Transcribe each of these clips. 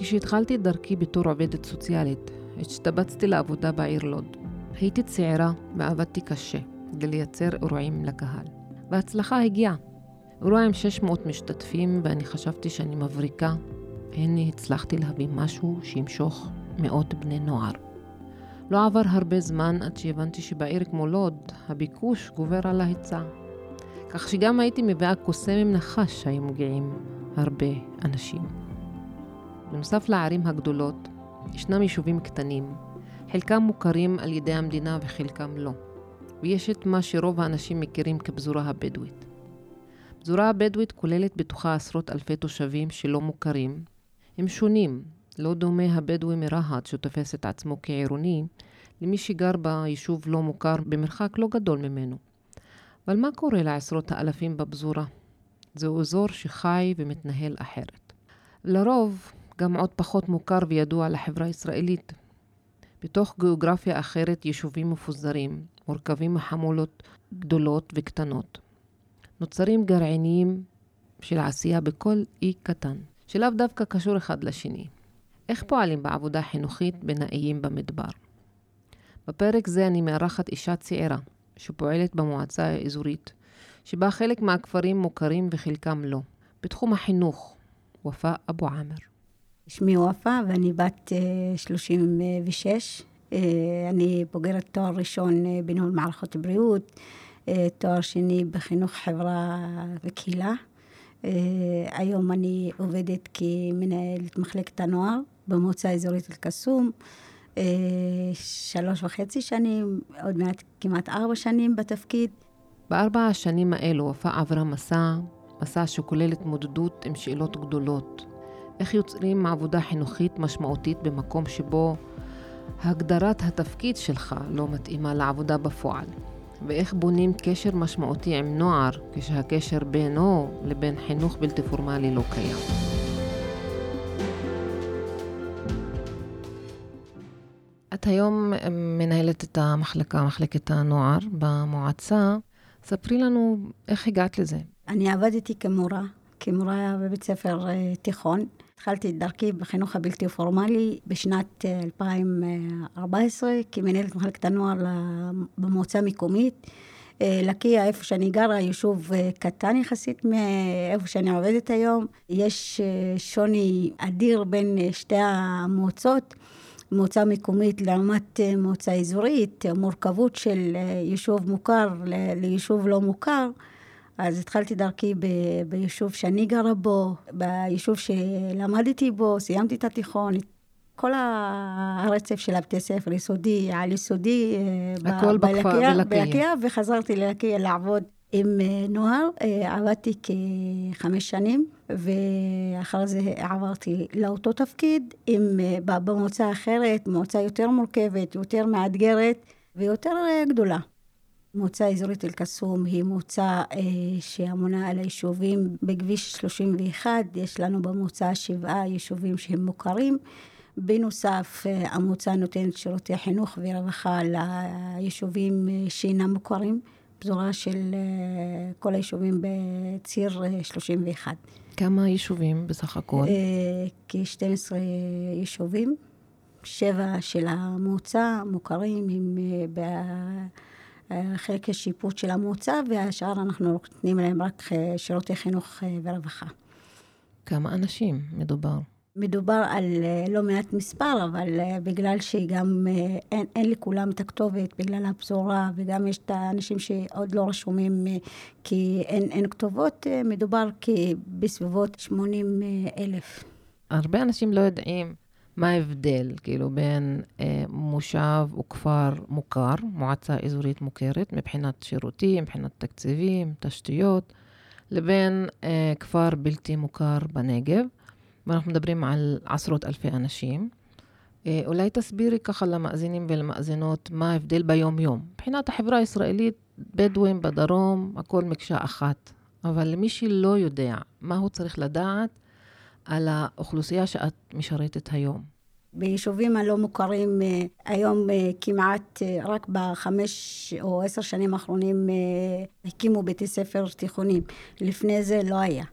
כשהתחלתי את דרכי בתור עובדת סוציאלית, השתבצתי לעבודה בעיר לוד. הייתי צעירה ועבדתי קשה כדי לייצר אירועים לקהל. וההצלחה הגיעה. אירוע עם 600 משתתפים ואני חשבתי שאני מבריקה. הנה הצלחתי להביא משהו שימשוך מאות בני נוער. לא עבר הרבה זמן עד שהבנתי שבעיר כמו לוד הביקוש גובר על ההיצע. כך שגם הייתי מביאה קוסם עם נחש שהיו מגיעים הרבה אנשים. בנוסף לערים הגדולות, ישנם יישובים קטנים, חלקם מוכרים על ידי המדינה וחלקם לא. ויש את מה שרוב האנשים מכירים כפזורה הבדואית. פזורה הבדואית כוללת בתוכה עשרות אלפי תושבים שלא מוכרים. הם שונים, לא דומה הבדואי מרהט שתופס את עצמו כעירוני, למי שגר ביישוב לא מוכר במרחק לא גדול ממנו. אבל מה קורה לעשרות האלפים בפזורה? זהו אזור שחי ומתנהל אחרת. לרוב, גם עוד פחות מוכר וידוע לחברה הישראלית. בתוך גיאוגרפיה אחרת יישובים מפוזרים, מורכבים מחמולות גדולות וקטנות. נוצרים גרעיניים של עשייה בכל אי קטן, שלאו דווקא קשור אחד לשני. איך פועלים בעבודה חינוכית בנאיים במדבר? בפרק זה אני מארחת אישה צעירה, שפועלת במועצה האזורית, שבה חלק מהכפרים מוכרים וחלקם לא. בתחום החינוך, ופאא אבו עאמר. שמי וופאא ואני בת 36. אני בוגרת תואר ראשון בניהול מערכות בריאות, תואר שני בחינוך חברה וקהילה. היום אני עובדת כמנהלת מחלקת הנוער במועצה האזורית אל-קסום. 3.5 שנים, עוד מעט כמעט 4 שנים בתפקיד. ב4 השנים האלו וופאא עברה מסע שכולל התמודדות עם שאלות גדולות. איך יוצרים עבודה חינוכית משמעותית במקום שבו הגדרת התפקיד שלך לא מתאימה לעבודה בפועל? ואיך בונים קשר משמעותי עם נוער כשהקשר בינו לבין חינוך בלתי פורמלי לא קיים? את היום מנהלת את מחלקת הנוער במועצה. ספרי לנו איך הגעת לזה. אני עבדתי כמורה בבית ספר תיכון. התחלתי את דרכי בחינוך הבלתי פורמלי בשנת 2014, כמנהלת מחלקת הנוער במועצה מקומית. לקיה, איפה שאני גרה, יישוב קטן יחסית מאיפה שאני עובדת היום. יש שוני אדיר בין שתי המועצות, מועצה מקומית לעומת מועצה אזורית, מורכבות של יישוב מוכר ליישוב לא מוכר. אז התחלתי דרכי ביישוב שאני גרה בו, ביישוב שלמדתי בו, סיימתי את התיכון, כל הרצף של הבתי ספר, יסודי, על יסודי, הכל בלקיה, וחזרתי ללקיה לעבוד עם נוער. עבדתי כ5 שנים, ואחר זה עברתי לאותו תפקיד, במועצה אחרת, מועצה יותר מורכבת, יותר מאתגרת ויותר גדולה. מועצה אזורית אל-קסום היא מועצה שאמונה על היישובים בכביש 31, יש לנו במועצה 7 יישובים שהם מוכרים. בנוסף, המועצה נותנת שירותי חינוך ורווחה ליישובים שאינם מוכרים, פזורה של כל היישובים בציר 31. כמה יישובים בסך הכל? כ12 יישובים, 7 של המועצה מוכרים הם חלק השיפוט של המועצה, והשאר אנחנו נותנים להם רק שירותי חינוך ורווחה. כמה אנשים מדובר? מדובר על לא מעט מספר, אבל בגלל שגם אין לכולם את הכתובת, בגלל הפזורה, וגם יש את האנשים שעוד לא רשומים, כי אין כתובות, מדובר בסביבות 80,000. הרבה אנשים לא יודעים מה ההבדל, כאילו, בין מושב וכפר מוכר, מועצה אזורית מוכרת, מבחינת שירותים, מבחינת תקציבים, תשתיות, לבין כפר בלתי מוכר בנגב. ואנחנו מדברים על עשרות אלפי אנשים. אולי תסבירי ככה למאזינים ולמאזינות מה ההבדל ביום יום. מבחינת החברה הישראלית, בדואים בדרום, הכל מקשה אחת. אבל למי שלא יודע מה הוא צריך לדעת על האוכלוסייה שאת משרתת היום. ביישובים הלא מוכרים היום כמעט רק ב5 או 10 שנים האחרונים הקימו בתי ספר תיכונים. לפני זה לא היה.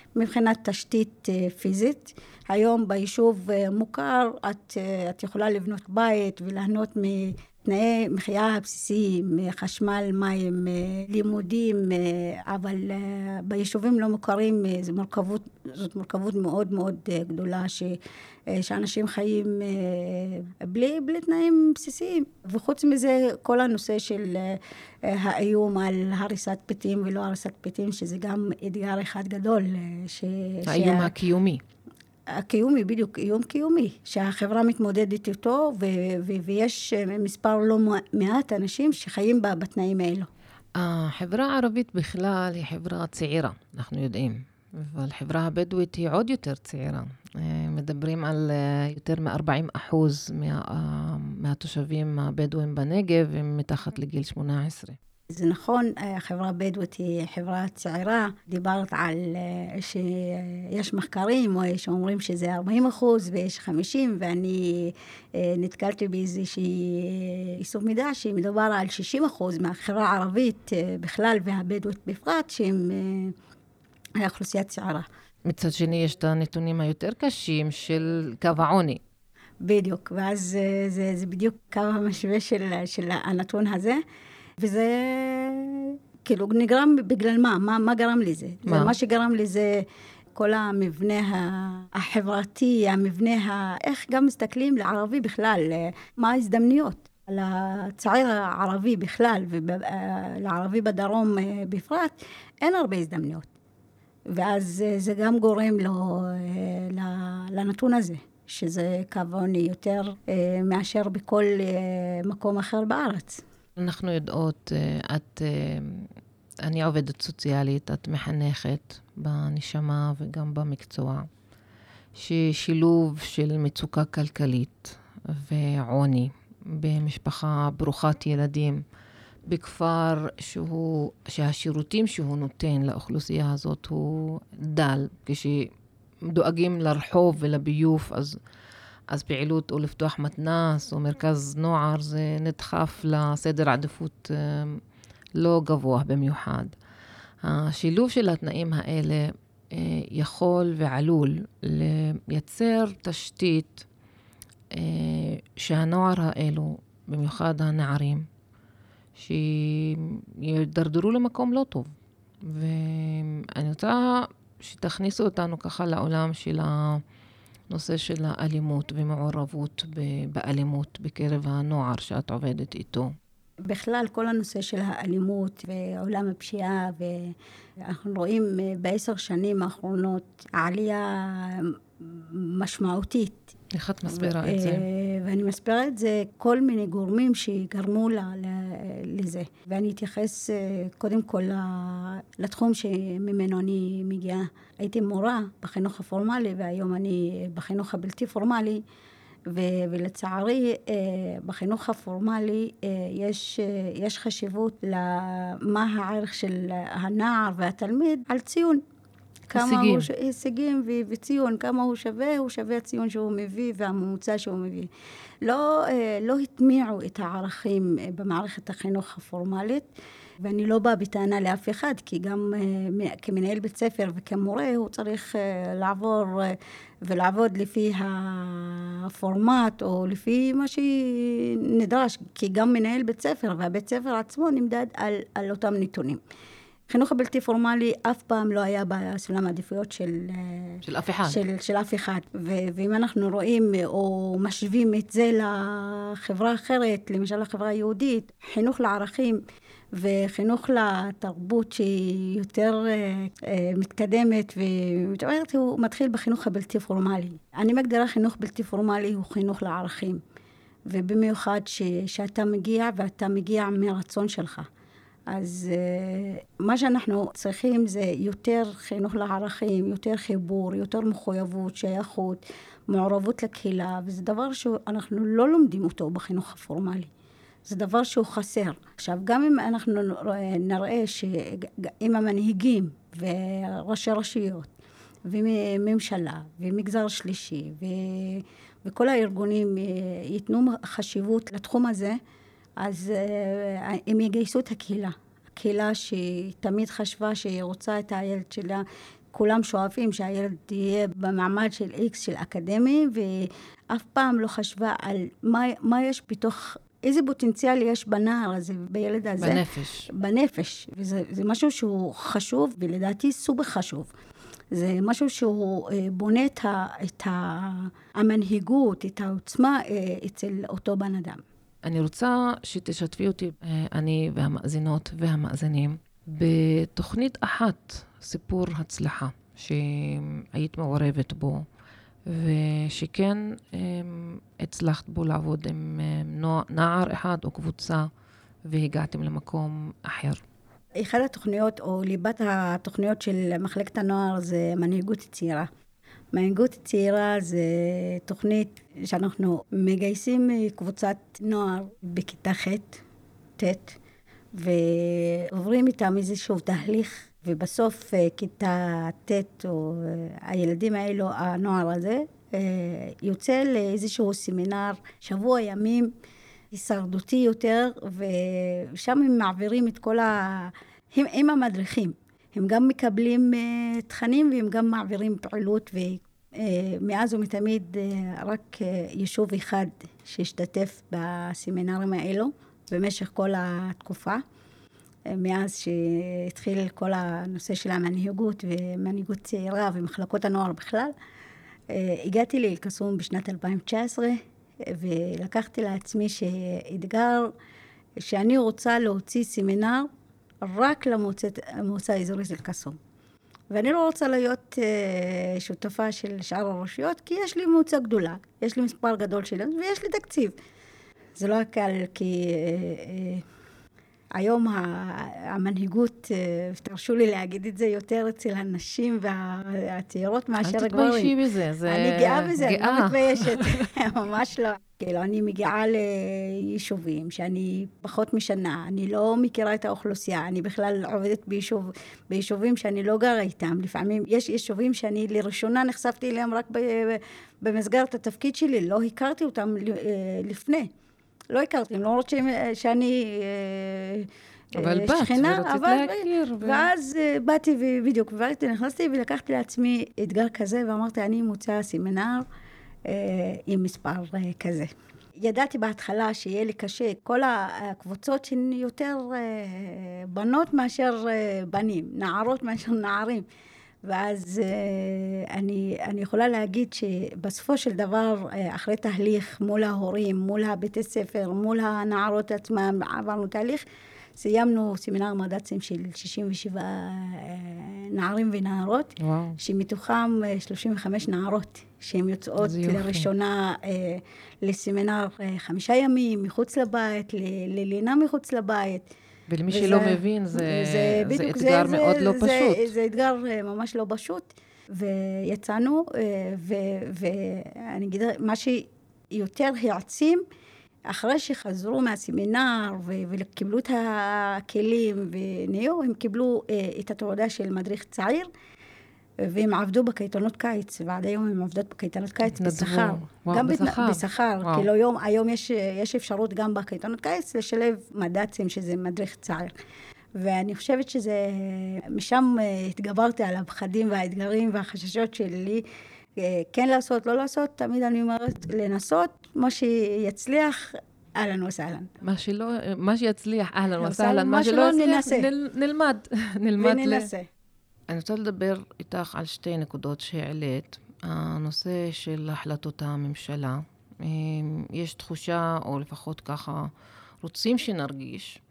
מבחינת תשתית פיזית. היום ביישוב מוכר, את יכולה לבנות בית ולהנות מתנאי מחיה הבסיסיים, חשמל, מים, לימודים, אבל ביישובים לא מוכרים זאת מורכבות מאוד מאוד גדולה, שאנשים חיים בלי תנאים בסיסיים. וחוץ מזה, כל הנושא של האיום על הריסת בתים ולא הריסת בתים, שזה גם אתגר אחד גדול. האיום הקיומי. הקיומי, בדיוק, איום קיומי, שהחברה מתמודדת איתו, ויש מספר לא מעט אנשים שחיים בתנאים האלו. החברה הערבית בכלל היא חברה צעירה, אנחנו יודעים, אבל החברה הבדואית היא עוד יותר צעירה. מדברים על יותר מ-40% מהתושבים הבדואים בנגב הם מתחת לגיל 18. זה נכון, החברה הבדואית היא חברה צעירה. דיברת על שיש מחקרים שאומרים שזה 40% ויש 50%, ואני נתקלתי באיזושהי איסוף מידע שמדובר על 60% מהחברה הערבית בכלל והבדואית בפרט, שהם האוכלוסייה צעירה. מצד שני יש את הנתונים היותר קשים של קו העוני. בדיוק, ואז זה בדיוק קו המשווה של הנתון הזה. וזה כאילו נגרם בגלל מה גרם לזה? מה שגרם לזה, כל המבנה החברתי, איך גם מסתכלים לערבי בכלל, מה ההזדמנויות לצעיר הערבי בכלל, ולערבי בדרום בפרט, אין הרבה הזדמנויות. ואז זה גם גורם לו לנתון הזה, שזה קו עוני יותר מאשר בכל מקום אחר בארץ. אנחנו יודעות, אני עובדת סוציאלית, את מחנכת בנשמה וגם במקצוע, ששילוב של מצוקה כלכלית ועוני במשפחה ברוכת ילדים, בכפר שהשירותים שהוא נותן לאוכלוסייה הזאת הוא דל, כשדואגים לרחוב ולביוף, אז פעילות או לפתוח מתנ"ס או מרכז נוער, זה נדחף לסדר עדיפות לא גבוה במיוחד. השילוב של התנאים האלה יכול ועלול לייצר תשתית שהנוער האלו, במיוחד הנערים, שידרדרו למקום לא טוב. ואני רוצה שתכניסו אותנו ככה לעולם של נושא של האלימות ומעורבות באלימות בקרב הנוער שאת עובדת איתו. בכלל, כל הנושא של האלימות ועולם הפשיעה, ואנחנו רואים ב10 שנים האחרונות עלייה משמעותית. איך את מסבירה את זה? ואני מסבירה את זה כל מיני גורמים שגרמו לזה. ואני אתייחס קודם כל לתחום שממנו אני מגיעה. הייתי מורה בחינוך הפורמלי, והיום אני בחינוך הבלתי פורמלי, ולצערי בחינוך הפורמלי יש חשיבות למה הערך של הנער והתלמיד על ציון. הישגים וציון, כמה הוא שווה הציון שהוא מביא והממוצע שהוא מביא. לא התמיעו את הערכים במערכת החינוך הפורמלית, ואני לא באה בטענה לאף אחד, כי גם כמנהל בית ספר וכמורה הוא צריך לעבור ולעבוד לפי הפורמט או לפי מה שנדרש, כי גם מנהל בית ספר והבית ספר עצמו נמדד על אותם נתונים. החינוך הבלתי פורמלי אף פעם לא היה בסולם העדיפויות של אף אחד. של אף אחד. ואם אנחנו רואים או משווים את זה לחברה אחרת, למשל לחברה היהודית, חינוך לערכים וחינוך לתרבות שהיא יותר מתקדמת ומתארת, הוא מתחיל בחינוך הבלתי פורמלי. אני מגדירה חינוך בלתי פורמלי הוא חינוך לערכים, ובמיוחד שאתה מגיע ואתה מגיע מהרצון שלך. אז מה שאנחנו צריכים זה יותר חינוך לערכים, יותר חיבור, יותר מחויבות, שייכות, מעורבות לקהילה, וזה דבר שאנחנו לא לומדים אותו בחינוך הפורמלי. זה דבר שהוא חסר. עכשיו, גם אם אנחנו נראה שעם המנהיגים וראשי רשויות וממשלה ומגזר שלישי וכל הארגונים ייתנו חשיבות לתחום הזה, אז הם יגייסו את הקהילה. הקהילה שתמיד חשבה שהיא רוצה את הילד שלה כולם שואפים שהילד יהיה במעמד של איקס של אקדמי, ואף פעם לא חשבה על מה יש בתוך, איזה פוטנציאל יש בנער הזה, בילד הזה. בנפש. בנפש, וזה משהו שהוא חשוב, ולדעתי סופר חשוב. זה משהו שהוא בונה את המנהיגות, את העוצמה אצל אותו בן אדם. אני רוצה שתשתפי אותי, אני והמאזינות והמאזינים, בתוכנית אחת, סיפור הצלחה, שהיית מעורבת בו, ושכן הצלחת בו לעבוד עם נער אחד או קבוצה, והגעתם למקום אחר. אחד התוכניות, או ליבת התוכניות של מחלקת הנוער, זה מנהיגות צעירה. מנהיגות צעירה זה תוכנית שאנחנו מגייסים קבוצת נוער בכיתה ח', ט', ועוברים איתם איזשהו תהליך, ובסוף כיתה ט', או הילדים האלו, הנוער הזה, יוצא לאיזשהו סמינר, שבוע ימים, הישרדותי יותר, ושם הם מעבירים את כל הם המדריכים. הם גם מקבלים תכנים, והם גם מעבירים פעילות, ומאז ומתמיד רק יישוב אחד שהשתתף בסמינרים האלו, במשך כל התקופה. מאז שהתחיל כל הנושא של המנהיגות, ומנהיגות צעירה, ומחלקות הנוער בכלל. הגעתי לאל-קסום בשנת 2019, ולקחתי לעצמי שאתגר שאני רוצה להוציא סמינר רק למועצה האזורית אל-קסום. ואני לא רוצה להיות שותפה של שאר הרשויות, כי יש לי מועצה גדולה, יש לי מספר גדול שלנו, ויש לי תקציב. זה לא קל, כי היום המנהיגות, תרשו לי להגיד את זה, יותר אצל הנשים והצעירות מאשר הגברים. אל תתביישי בזה, אני גאה בזה, אני לא מתביישת, ממש לא. כאילו, אני מגיעה ליישובים שאני פחות משנה, אני לא מכירה את האוכלוסייה, אני בכלל עובדת ביישובים שאני לא גרה איתם. לפעמים יש יישובים שאני לראשונה נחשפתי אליהם רק במסגרת התפקיד שלי, לא הכרתי אותם לפני. לא הכרתי, למרות שאני אבל שכנה, ורצית להכיר. ואז באתי ובדיוק, נכנסתי ולקחתי לעצמי אתגר כזה, ואמרתי, אני מוצאה סמינר עם מספר כזה. ידעתי בהתחלה שיהיה לי קשה, כל הקבוצות שהן יותר בנות מאשר בנים, נערות מאשר נערים. ואז אני יכולה להגיד שבסופו של דבר, אחרי תהליך מול ההורים, מול הבתי ספר, מול הנערות עצמם, עברנו תהליך, סיימנו סמינר מד"צים של 67 נערים ונערות, וואו. שמתוכם 35 נערות, שהן יוצאות לראשונה לסמינר 5 ימים, מחוץ לבית, ללינה מחוץ לבית. ולמי שלא מבין, זה אתגר מאוד לא פשוט. זה אתגר ממש לא פשוט. ויצאנו, ואני אגיד, מה שיותר העצים, אחרי שחזרו מהסמינר וקיבלו את הכלים ונהיו, הם קיבלו את התעודה של מדריך צעיר, והם עבדו בקייטנות קיץ, ועד היום הם עבדות בקייטנות קיץ בשכר. גם בשכר. כאילו היום יש אפשרות גם בקייטנות קיץ לשלב מד"צים, שזה מדריך צעיר. ואני חושבת שזה, משם התגברתי על הפחדים והאתגרים והחששות שלי, כן לעשות, לא לעשות, תמיד אני אומרת, לנסות, מה שיצליח, אהלן וסהלן. מה שיצליח, אהלן וסהלן, מה שלא יצליח, נלמד. וננסה. אני רוצה לדבר איתך על 2 נקודות שהעלית. הנושא של החלטות הממשלה. יש תחושה, או לפחות ככה, רוצים שנרגיש,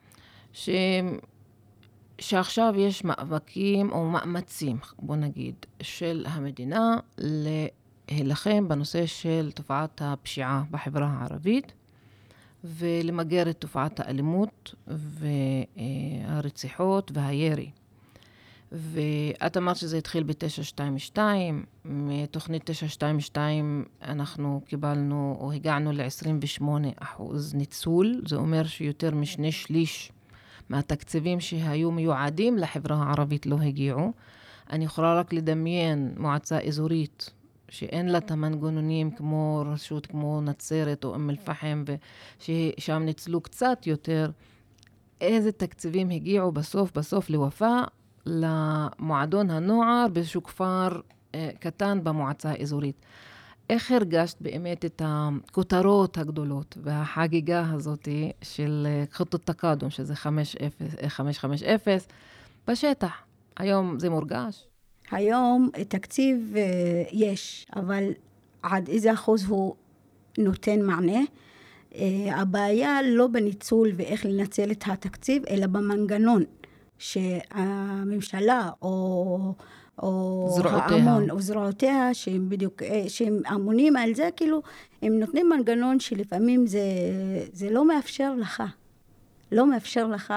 שעכשיו יש מאבקים או מאמצים, בוא נגיד, של המדינה להילחם בנושא של תופעת הפשיעה בחברה הערבית, ולמגר את תופעת האלימות והרציחות והירי. ואת אמרת שזה התחיל ב-922, מתוכנית 922 אנחנו קיבלנו או הגענו ל-28% ניצול, זה אומר שיותר מ2/3 מהתקציבים שהיו מיועדים לחברה הערבית לא הגיעו. אני יכולה רק לדמיין מועצה אזורית שאין לה את המנגנונים כמו רשות כמו נצרת או אום אל-פחם, וששם ניצלו קצת יותר, איזה תקציבים הגיעו בסוף לוופא למועדון הנוער באיזשהו כפר קטן במועצה האזורית. איך הרגשת באמת את הכותרות הגדולות והחגיגה הזאת של חטות תקאדום, שזה 550, בשטח? היום זה מורגש? היום תקציב יש, אבל עד איזה אחוז הוא נותן מענה? הבעיה לא בניצול ואיך לנצל את התקציב, אלא במנגנון שהממשלה או האמון או זרועותיה, שהם בדיוק, שהם אמונים על זה, כאילו, הם נותנים מנגנון שלפעמים זה לא מאפשר לך. לא מאפשר לך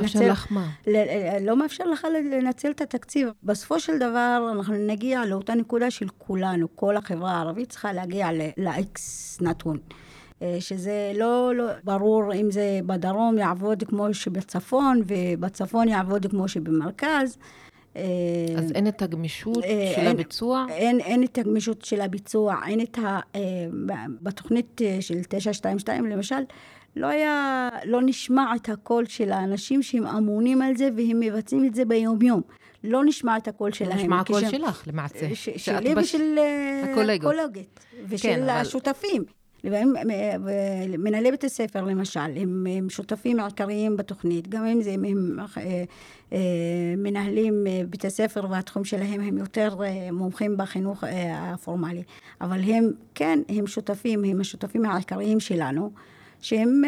לנצל את התקציב. בסופו של דבר, אנחנו נגיע לאותה נקודה של כולנו, כל החברה הערבית צריכה להגיע לאקס נתון. שזה לא ברור אם זה בדרום יעבוד כמו שבצפון, ובצפון יעבוד כמו שבמרכז. אז אין את הגמישות של הביצוע? אין את הגמישות של הביצוע, אין את בתוכנית של 922 למשל, לא נשמע את הקול של האנשים שהם אמונים על זה, והם מבצעים את זה ביום יום. לא נשמע את הקול שלהם. נשמע הקול שלך, למעשה. שלי ושל הקולגות, ושל השותפים. מנהלי בית הספר למשל, הם שותפים עיקריים בתוכנית, גם אם זה הם מנהלים בית הספר והתחום שלהם הם יותר מומחים בחינוך הפורמלי, אבל הם כן, הם שותפים, הם השותפים העיקריים שלנו, שהם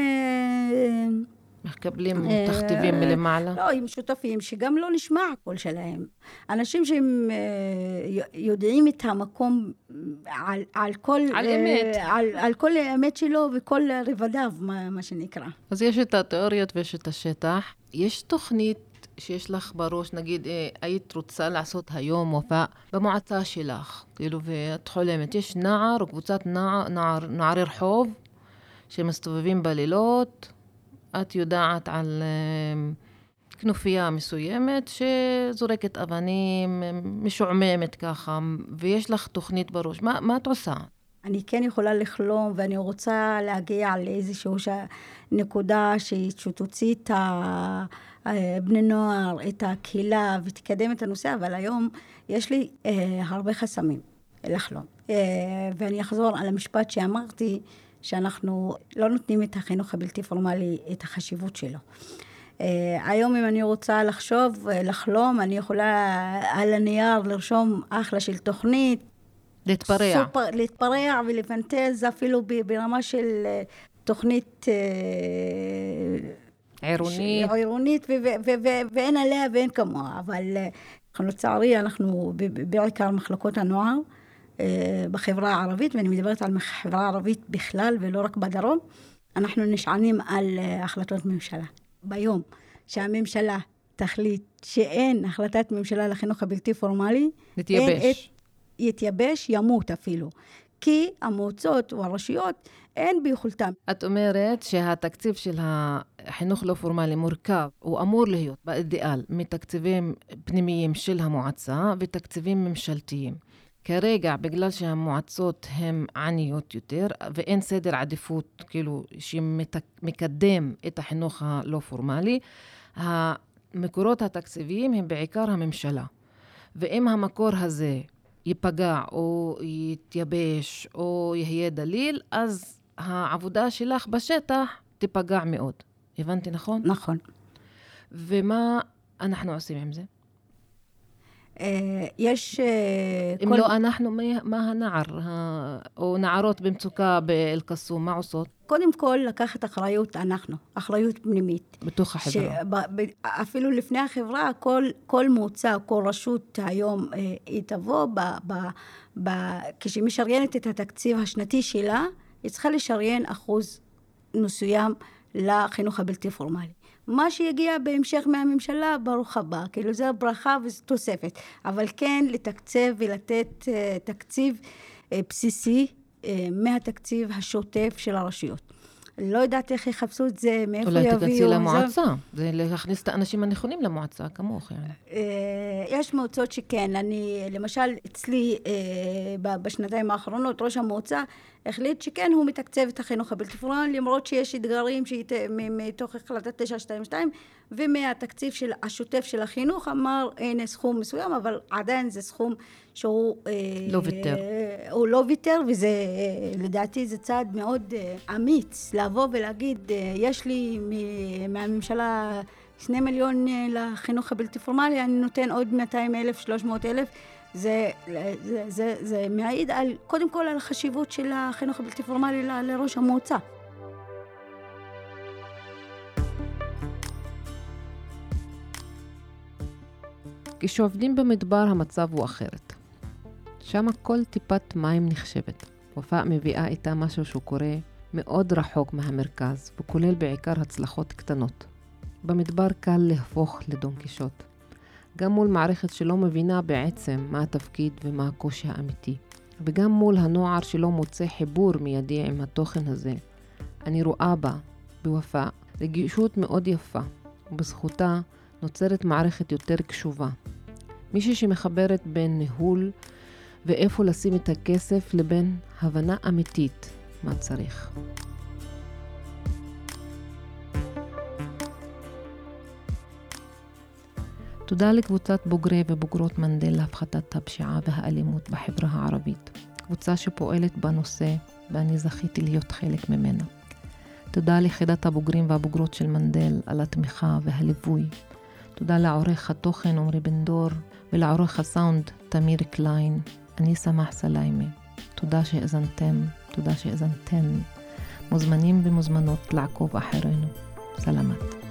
מקבלים תכתיבים מלמעלה. לא, הם שותפים שגם לא נשמע הקול שלהם. אנשים שהם יודעים את המקום על כל האמת שלו וכל רבדיו, מה שנקרא. אז יש את התיאוריות ויש את השטח. יש תוכנית שיש לך בראש, נגיד, היית רוצה לעשות היום מופע במועצה שלך, כאילו, ואת חולמת. יש נער או קבוצת נערי רחוב שמסתובבים בלילות, את יודעת על כנופיה מסוימת שזורקת אבנים, משועממת ככה, ויש לך תוכנית בראש. מה את עושה? אני כן יכולה לחלום, ואני רוצה להגיע לאיזושהי נקודה שתוציא את בני נוער, את הקהילה, ותקדם את הנושא, אבל היום יש לי הרבה חסמים לחלום. ואני אחזור על המשפט שאמרתי, שאנחנו לא נותנים את החינוך הבלתי פורמלי, את החשיבות שלו. היום אם אני רוצה לחלום, אני יכולה על הנייר לרשום אחלה של תוכנית. להתפרע ולפנטז אפילו ברמה של תוכנית עירונית, ואין עליה ואין כמוה. אבל לצערי אנחנו בעיקר מחלקות הנוער, בחברה הערבית, ואני מדברת על החברה הערבית בכלל ולא רק בדרום, אנחנו נשענים על החלטות ממשלה. ביום שהממשלה תחליט שאין החלטת ממשלה לחינוך הבלתי פורמלי, יתייבש, ימות אפילו. כי המועצות או הרשויות אין ביכולתם. את אומרת שהתקציב של החינוך לא פורמלי מורכב, הוא אמור להיות באידיאל מתקציבים פנימיים של המועצה ותקציבים ממשלתיים. כרגע, בגלל שהמועצות הן עניות יותר, ואין סדר עדיפות, כאילו, שמקדם את החינוך הלא פורמלי, המקורות התקציביים הם בעיקר הממשלה. ואם המקור הזה ייפגע, או יתייבש, או יהיה דליל, אז העבודה שלך בשטח תיפגע מאוד. הבנתי נכון? נכון. ומה אנחנו עושים עם זה? יש... אם לא אנחנו, מה הנער, או נערות במצוקה באל-קסום, מה עושות? קודם כל, לקחת אחריות אנחנו, אחריות פנימית. בתוך החברה. אפילו לפני החברה, כל מוצא, כל רשות היום היא תבוא, כשמשריינת את התקציב השנתי שלה, היא צריכה לשריין אחוז מסוים לחינוך הבלתי פורמלי. מה שיגיע בהמשך מהממשלה, ברוך הבא, כאילו זה ברכה וזו תוספת. אבל כן לתקצב ולתת תקציב בסיסי מהתקציב השוטף של הרשויות. לא יודעת איך יחפשו את זה, מאיפה אולי יביאו. תכנסי למועצה, זה להכניס את האנשים הנכונים למועצה, כמוך. יש מועצות שכן, אני, למשל, אצלי בשנתיים האחרונות, ראש המועצה החליט שכן, הוא מתקצב את החינוך הבלתי פורמלי, למרות שיש אתגרים מתוך החלטת 922, ומהתקציב השוטף של החינוך, אמר, הנה סכום מסוים, אבל עדיין זה סכום שהוא לא ויתר. הוא לא ויתר, וזה, לדעתי, זה צעד מאוד אמיץ, לבוא ולהגיד, יש לי מהממשלה 2 מיליון לחינוך הבלתי פורמלי, אני נותן עוד 200,000, 300,000, זה מעיד על, קודם כל, על החשיבות של החינוך הבלתי פורמלי לראש המועצה. כשעובדים במדבר המצב הוא אחרת. שם כל טיפת מים נחשבת. ופאא מביאה איתה משהו שהוא קורה מאוד רחוק מהמרכז, וכולל בעיקר הצלחות קטנות. במדבר קל להפוך לדון קישוט. גם מול מערכת שלא מבינה בעצם מה התפקיד ומה הקושי האמיתי. וגם מול הנוער שלא מוצא חיבור מיידי עם התוכן הזה. אני רואה בה, בוופאא, רגישות מאוד יפה, ובזכותה נוצרת מערכת יותר קשובה. מישהי שמחברת בין ניהול ואיפה לשים את הכסף לבין הבנה אמיתית מה צריך. תודה לקבוצת בוגרי ובוגרות מנדל להפחתת הפשיעה והאלימות בחברה הערבית. קבוצה שפועלת בנושא ואני זכיתי להיות חלק ממנה. תודה ליחידת הבוגרים והבוגרות של מנדל על התמיכה והליווי. תודה לעורך התוכן עמרי בן דור ולעורך הסאונד תמיר קליין. אני סמח סליימה. תודה שהאזנתם, תודה שהאזנתן. מוזמנים ומוזמנות לעקוב אחרינו. סלמת.